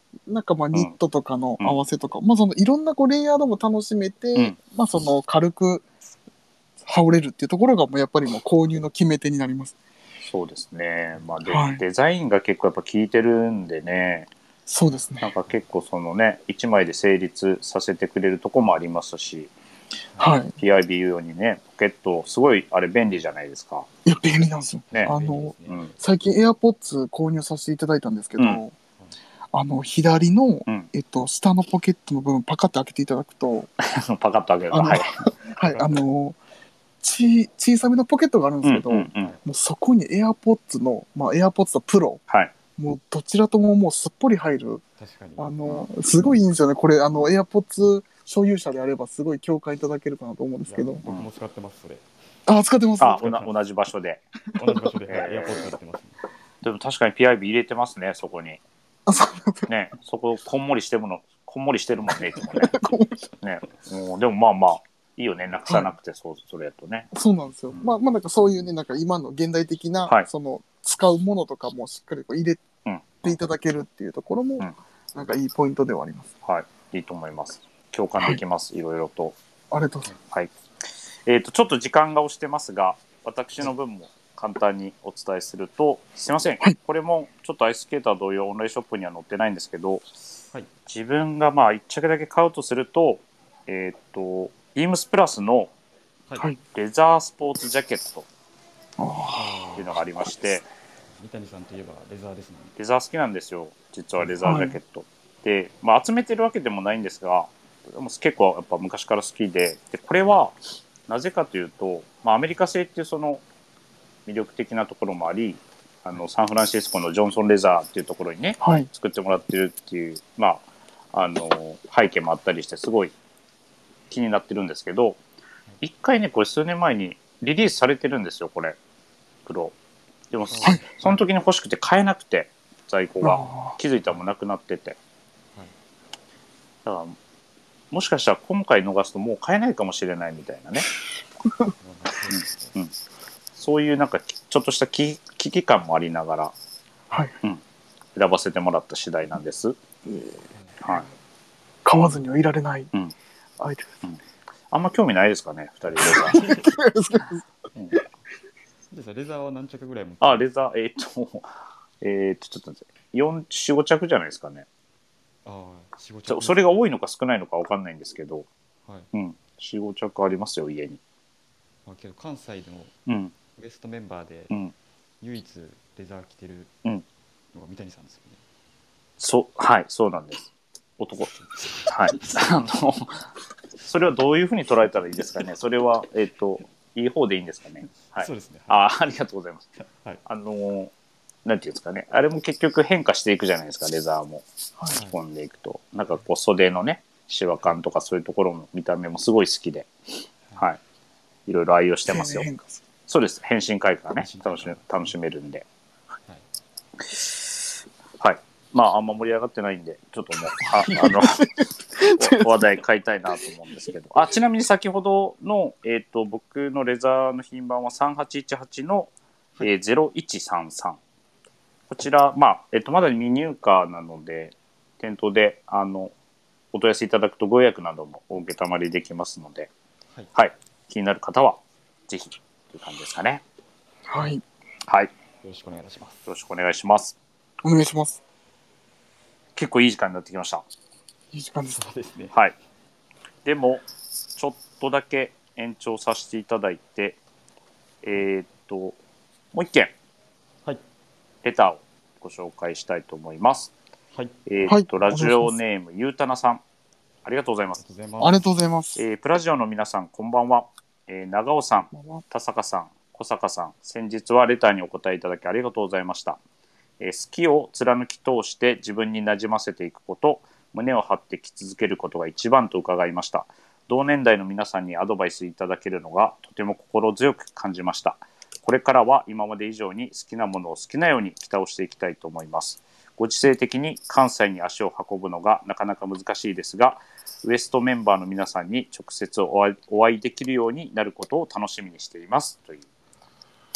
Speaker 3: なんかまあニットとかの合わせとか、うん、まあそのいろんなこうレイヤードも楽しめて、うん、まあその軽く羽織れるっていうところがもうやっぱりもう購入の決め手になります。
Speaker 1: そうですね。まあ デ,、はい、デザインが結構やっぱ効いてるんでね。
Speaker 3: そうですね。
Speaker 1: なんか結構そのねいちまいで成立させてくれるとこもありますし、
Speaker 3: はい、
Speaker 1: ピーアイビー 用にねポケットすごいあれ便利じゃないですか。
Speaker 3: いや便利なんですよ。
Speaker 1: ね、
Speaker 3: あの、うん、最近 AirPods 購入させていただいたんですけど、うん、あの左の、うん、えっと下のポケットの部分パカッと開けていただくと
Speaker 1: パカッと開けると
Speaker 3: はいはいあのち小さめのポケットがあるんですけど、うんうんうん、もうそこに AirPods の、まあ、AirPods Pro、はい、もうどちらとももうすっぽり入る。確かにあのすごいいいんですよねこれ。あの AirPods 所有者であればすごい共感いただけるかなと思うんですけど。
Speaker 2: 僕も使ってますそれ。
Speaker 3: あ使ってます。
Speaker 1: あ同じ場所で
Speaker 2: 同じ場所で AirPods 使ってます、ね、
Speaker 1: でも確かに ピーアイビー 入れてますねそこに。
Speaker 3: あそう
Speaker 1: ねそここんもりしてるものこんもりしてるもんねいつもねねもうでもまあまあいいよねなくさなくて、はい、そうそれやとね。
Speaker 3: そうなんですよ、うん、まあまあなんかそういうねなんか今の現代的な、はい、その使うものとかもしっかりこう入れていただけるっていうところも、うん、なんかいいポイントではあります。
Speaker 1: はいいいと思います。共感できます、はい、いろいろと。
Speaker 3: ありがとうございます。
Speaker 1: はいえーとちょっと時間が押してますが私の分も簡単にお伝えするとすいません、はい、これもちょっとアイススケーター同様オンラインショップには載ってないんですけど、はい、自分がまあいっ着だけ買うとするとえっ、ー、とビームスプラスのレザースポーツジャケットっていうのがありまして、
Speaker 2: 三谷さんといえばレザーですね。
Speaker 1: レザー好きなんですよ実はレザージャケット、はい、で、まあ、集めてるわけでもないんですがでも結構やっぱ昔から好き で, でこれはなぜかというと、まあ、アメリカ製っていうその魅力的なところもありあのサンフランシスコのジョンソンレザーっていうところにね、はい、作ってもらってるっていう、まあ、あの背景もあったりしてすごい気になってるんですけど一回ねこれ数年前にリリースされてるんですよこれ黒でも、はい、その時に欲しくて買えなくて在庫が気づいたらもうなくなっててだからもしかしたら今回逃すともう買えないかもしれないみたいなね、うんうん、そういうなんかちょっとした危機感もありながら、はいうん、選ばせてもらった次第なんです、えーはい、
Speaker 3: 買わずにはいられない、うん、アイテム、うん、
Speaker 1: あんま興味ないですかねふたりレザー、
Speaker 2: うん、レザーは何着ぐらい持って
Speaker 1: あレザーえー、っとえー、っとちょっと待って よん、よん、ご着じゃないですかね。あよん、ご着それが多いのか少ないのか分かんないんですけど、はいうん、よん、ご着ありますよ家に。
Speaker 2: あけど関西のウエストメンバーで唯一レザー着てるのが三谷さんですよね、うん、
Speaker 1: そはいそうなんです男はいあのそれはどういうふうに捉えたらいいですかね。それはえっ、ー、といい方でいいんですかね。はい、そうですね、はい、あありがとうございます、はい、あのなんていうんですかねあれも結局変化していくじゃないですかレザーも着込んでいくと、はい、なんかこう袖のねシワ感とかそういうところの見た目もすごい好きで、はい、いろいろ愛用してますよ。そうです変身開花ね楽しめ楽しめるんで、はい、はい、まああんま盛り上がってないんでちょっともうああの話題変えたいなと思うんですけどあちなみに先ほどの、えーと、僕のレザーの品番はさんはちいちはちの、えー、ゼロいちさんさんこちら、まあえっと、まだ未入荷なので店頭であのお問い合わせいただくとご予約などもお受けたまりできますので、はいはい、気になる方はぜひという感じですかね。
Speaker 3: はい、
Speaker 1: はい、よ
Speaker 2: ろしくお願いします。
Speaker 1: よろしくお願いします。
Speaker 3: お願いします。
Speaker 1: 結構いい時間になってきました。
Speaker 3: いい時間です。
Speaker 2: そうですね。
Speaker 1: はい。でもちょっとだけ延長させていただいて、えー、っともう一件、はい、レターをご紹介したいと思います。はい。えー、っと、はい、ラジオネームゆうたなさん、ありがとうございます。
Speaker 3: ありがとうございます。
Speaker 1: えー、プラジオの皆さんこんばんは。えー、長尾さん、田坂さん、小坂さん、先日はレターにお答えいただきありがとうございました。えー、好きを貫き通して自分になじませていくこと、胸を張ってき続けることが一番と伺いました。同年代の皆さんにアドバイスいただけるのがとても心強く感じました。これからは今まで以上に好きなものを好きなように北をしていきたいと思います。ご時世的に関西に足を運ぶのがなかなか難しいですが、ウエストメンバーの皆さんに直接お会いできるようになることを楽しみにしていますという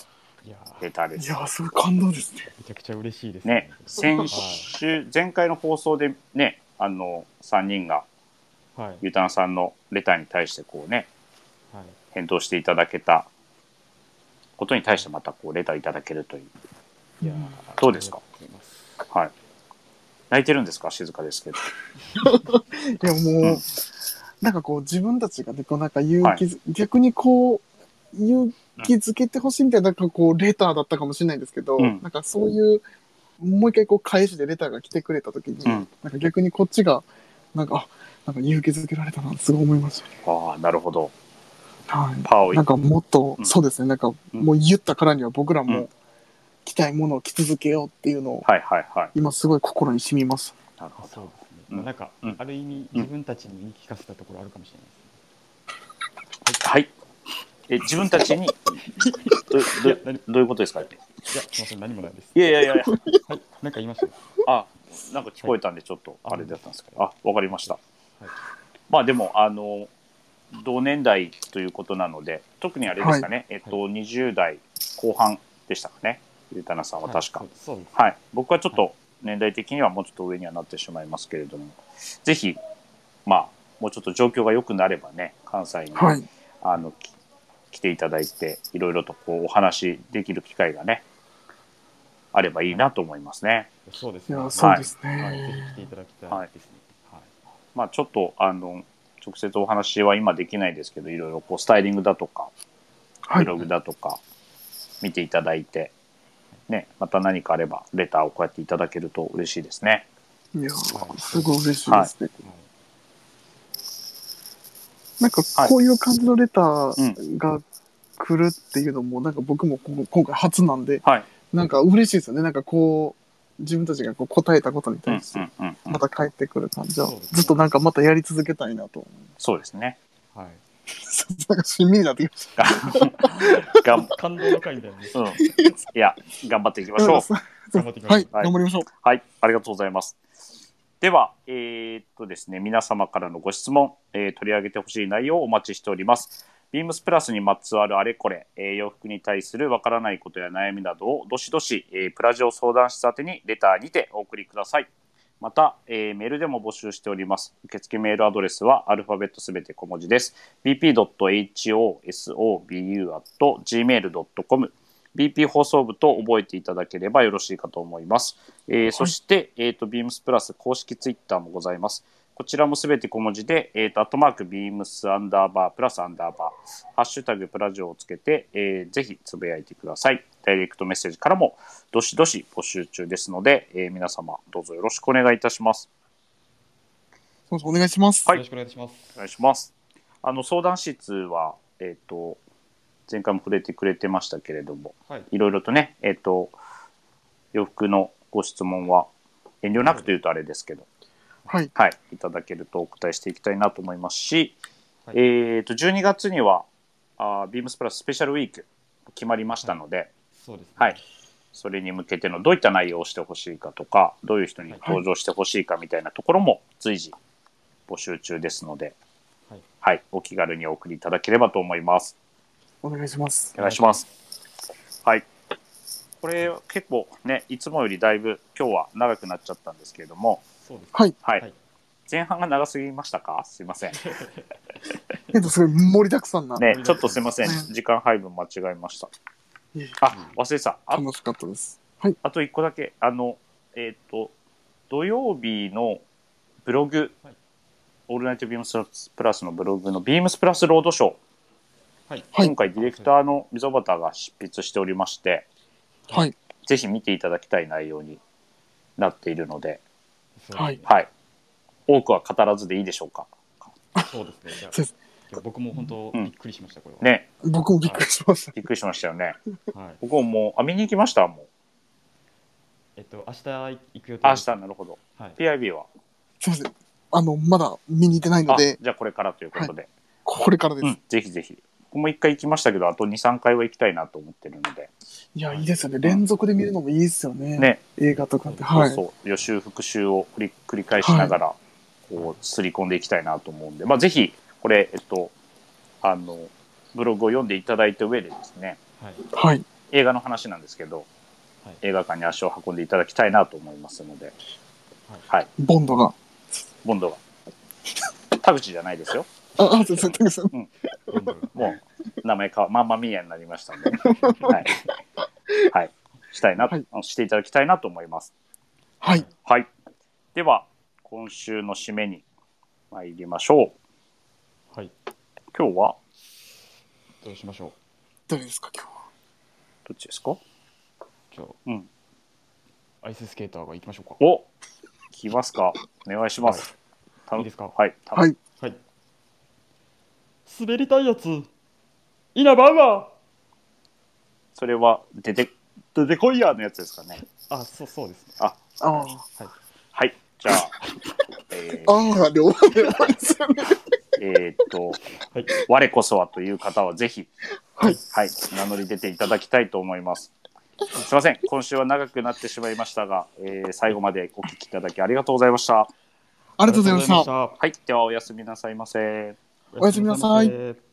Speaker 1: レターです。
Speaker 3: いやー、それ感動ですね。
Speaker 2: めちゃくちゃ嬉しいです
Speaker 1: ね。先週、前回の放送でね、あのさんにんが、はい、ゆうたなさんのレターに対してこうね、はい、返答していただけたことに対してまたこうレターいただけるという。いやどうですか。はい。泣いてるんですか、静かですけど。
Speaker 3: いやもう、うん、なんかこう自分たちがね、こうなんか勇気、はい、逆にこう勇気づけてほしいみたいな、なんかこうレターだったかもしれないんですけど、うん、なんかそういうもう一回こう返しでレターが来てくれた時に、うん、なんか逆にこっちがなんかあなんか勇気づけられたなってすごい思いましたね。
Speaker 1: ああ、なるほど。
Speaker 3: はい。パワーなんかもっと、うん、そうですね。なんかもう言ったからには僕らも着たいものを着続けようっていうのを、はいはいはい、今すごい心に染みます。
Speaker 2: なるほど。そうですね。うん、なんか、うん、ある意味自分たちに言い聞かせたところあるかもしれないですね。
Speaker 1: はい。はい、え自分たちにどどどういうことですか。いや
Speaker 2: すみません、何もないです。
Speaker 1: いやいやいやいや。
Speaker 2: はい。なんか言いました。
Speaker 1: あ、なんか聞こえたんでちょっとあれだったんですけど、はい、あ、わかりました。はい、まあでもあの同年代ということなので、特にあれですかね。はい、えっと、はい、にじゅう代後半でしたかね。ゆうたなさんは確か。はい、そうです。はい。僕はちょっと年代的にはもうちょっと上にはなってしまいますけれども、ぜひまあもうちょっと状況が良くなればね、関西に、はい、あの来ていただいていろいろとこうお話できる機会がねあればいいなと思いますね。
Speaker 2: そうですね。
Speaker 3: そうですね。
Speaker 2: はい、ぜひ来ていただきたいですね。はい。
Speaker 1: まあちょっとあの直接お話は今できないですけど、いろいろこうスタイリングだとかブログだとか見ていただいて、ね、また何かあればレターをこうやっていただけると嬉しいですね。
Speaker 3: いやー、すごい嬉しいですね。はい、なんかこういう感じのレターが来るっていうのも、なんか僕も今回初なんで、はい、なんか嬉しいですよね。なんかこう自分たちがこう答えたことに対してまた返ってくる感じは、ずっとなんかまたやり続けたいなと。
Speaker 1: そうですね。はい。
Speaker 3: なんかしんみりになってきました。
Speaker 2: 感動の回みたいな、うん。
Speaker 1: いや、頑張っていきましょう。
Speaker 3: 頑張っていきましょう。はい、頑張りましょう。
Speaker 1: はい、ありがとうございます。では、えー、っとですね、皆様からのご質問、えー、取り上げてほしい内容をお待ちしております。ビームスプラスにまつわるあれこれ、えー、洋服に対するわからないことや悩みなどをどしどし、えー、プラジオ相談室宛てにレターにてお送りください。また、えー、メールでも募集しております。受付メールアドレスはアルファベットすべて小文字です。ビーピードットエイチオーエスオービーユーアットジーメールドットコム ビーピー 放送部と覚えていただければよろしいかと思います。えーはい、そして、えーと、ビームスプラス公式ツイッターもございます。こちらもすべて小文字で、えーと、アットマークビームスアンダーバープラスアンダーバー、ハッシュタグプラジオをつけて、えー、ぜひつぶやいてください。ダイレクトメッセージからもどしどし募集中ですので、えー、皆様どうぞよろしくお願いいたします。
Speaker 3: お願いします。
Speaker 2: はい、よろしくお願いします。
Speaker 1: お願いします。あの相談室は、えっと、前回も触れてくれてましたけれども、はい、いろいろとね、えっと、洋服のご質問は遠慮なくというとあれですけど、はい、はい、いただけるとお答えしていきたいなと思いますし、はい、えっと、じゅうにがつにはあビームスプラススペシャルウィーク決まりましたので、はい、そうですね。はい、それに向けてのどういった内容をしてほしいかとか、どういう人に登場してほしいかみたいなところも随時募集中ですので、はいはい、お気軽にお送りいただければと思います。
Speaker 3: お願いします。
Speaker 1: お願いします。はい。これ結構ね、いつもよりだいぶ今日は長くなっちゃったんですけれども、
Speaker 3: そうです、はい、
Speaker 1: はい。前半が長すぎましたか？すいません。
Speaker 3: えっと、それ盛りだくさんな。
Speaker 1: ね、ちょっとすいません。ね、時間配分間違えました。あ、忘れてた。
Speaker 3: 楽しかったです。はい。
Speaker 1: あと一個だけ、あの、えっと、土曜日のブログ、はい、オールナイトビームスプラスのブログのビームスプラスロードショー、はい、今回ディレクターの溝端が執筆しておりまして、はい、ぜひ見ていただきたい内容になっているので、はい、はい、多くは語らずでいいでしょうか。
Speaker 2: そうですね。じゃあ僕も本当びっくりしました、これは。
Speaker 1: ね、
Speaker 3: 僕もびっくりしました。
Speaker 1: びっくりしましたよね。はい、僕ももうあ見に行きましたもん。
Speaker 2: えっと明日行く予定
Speaker 1: です。明日、なるほど。はい、ピーアイビー は。
Speaker 3: すみません。あのまだ見に行ってないので。
Speaker 1: じゃあこれからということで。はい、
Speaker 3: これからです、うん。
Speaker 1: ぜひぜひ。僕もいっかい行きましたけど、あとに、さんかいは行きたいなと思ってるので。
Speaker 3: いや、いいですよね。連続で見るのもいいですよね。ね、映画とかって。はい。
Speaker 1: そうそう。予習復習を繰り繰り返しながら、はい、こうすり込んでいきたいなと思うんで、まあぜひこれえっとあのブログを読んでいただいた上でですね。
Speaker 3: はい。
Speaker 1: 映画の話なんですけど、はい、映画館に足を運んでいただきたいなと思いますので、はい。はい、
Speaker 3: ボンドが。
Speaker 1: ボンドが。田口じゃないですよ。
Speaker 3: あ、あ、そうそう、田口さん。うん。
Speaker 1: もう、名前か、マンマミーヤになりましたんで、はい。はい。したいな、はい、していただきたいなと思います。
Speaker 3: はい。
Speaker 1: はい。では、今週の締めに参りましょ
Speaker 2: う。はい。
Speaker 1: 今日は
Speaker 2: どうしましょう。
Speaker 3: 誰ですか、今日は。
Speaker 1: どっちですか
Speaker 2: 今日。
Speaker 1: うん。
Speaker 2: アイススケーターが行きましょうか。
Speaker 1: お来ますか。お願いします。
Speaker 2: はい、いいですか。
Speaker 1: はい。
Speaker 3: はい。
Speaker 2: はい。滑りたいやつ、稲葉が。
Speaker 1: それは出て出てこいやのやつですかね。
Speaker 2: あ、そうそうですね。
Speaker 1: あ、
Speaker 3: あはい。
Speaker 1: はい。じゃあ、
Speaker 3: えー、ああ、両方でですよね。
Speaker 1: えっと、はい、我こそはという方はぜひ、はい、はい、名乗り出ていただきたいと思います。すいません、今週は長くなってしまいましたが、えー、最後までお聞きいただきありがとうございました。
Speaker 3: ありがとうございました。
Speaker 1: はい、ではおやすみなさいませ。
Speaker 3: おやすみなさい。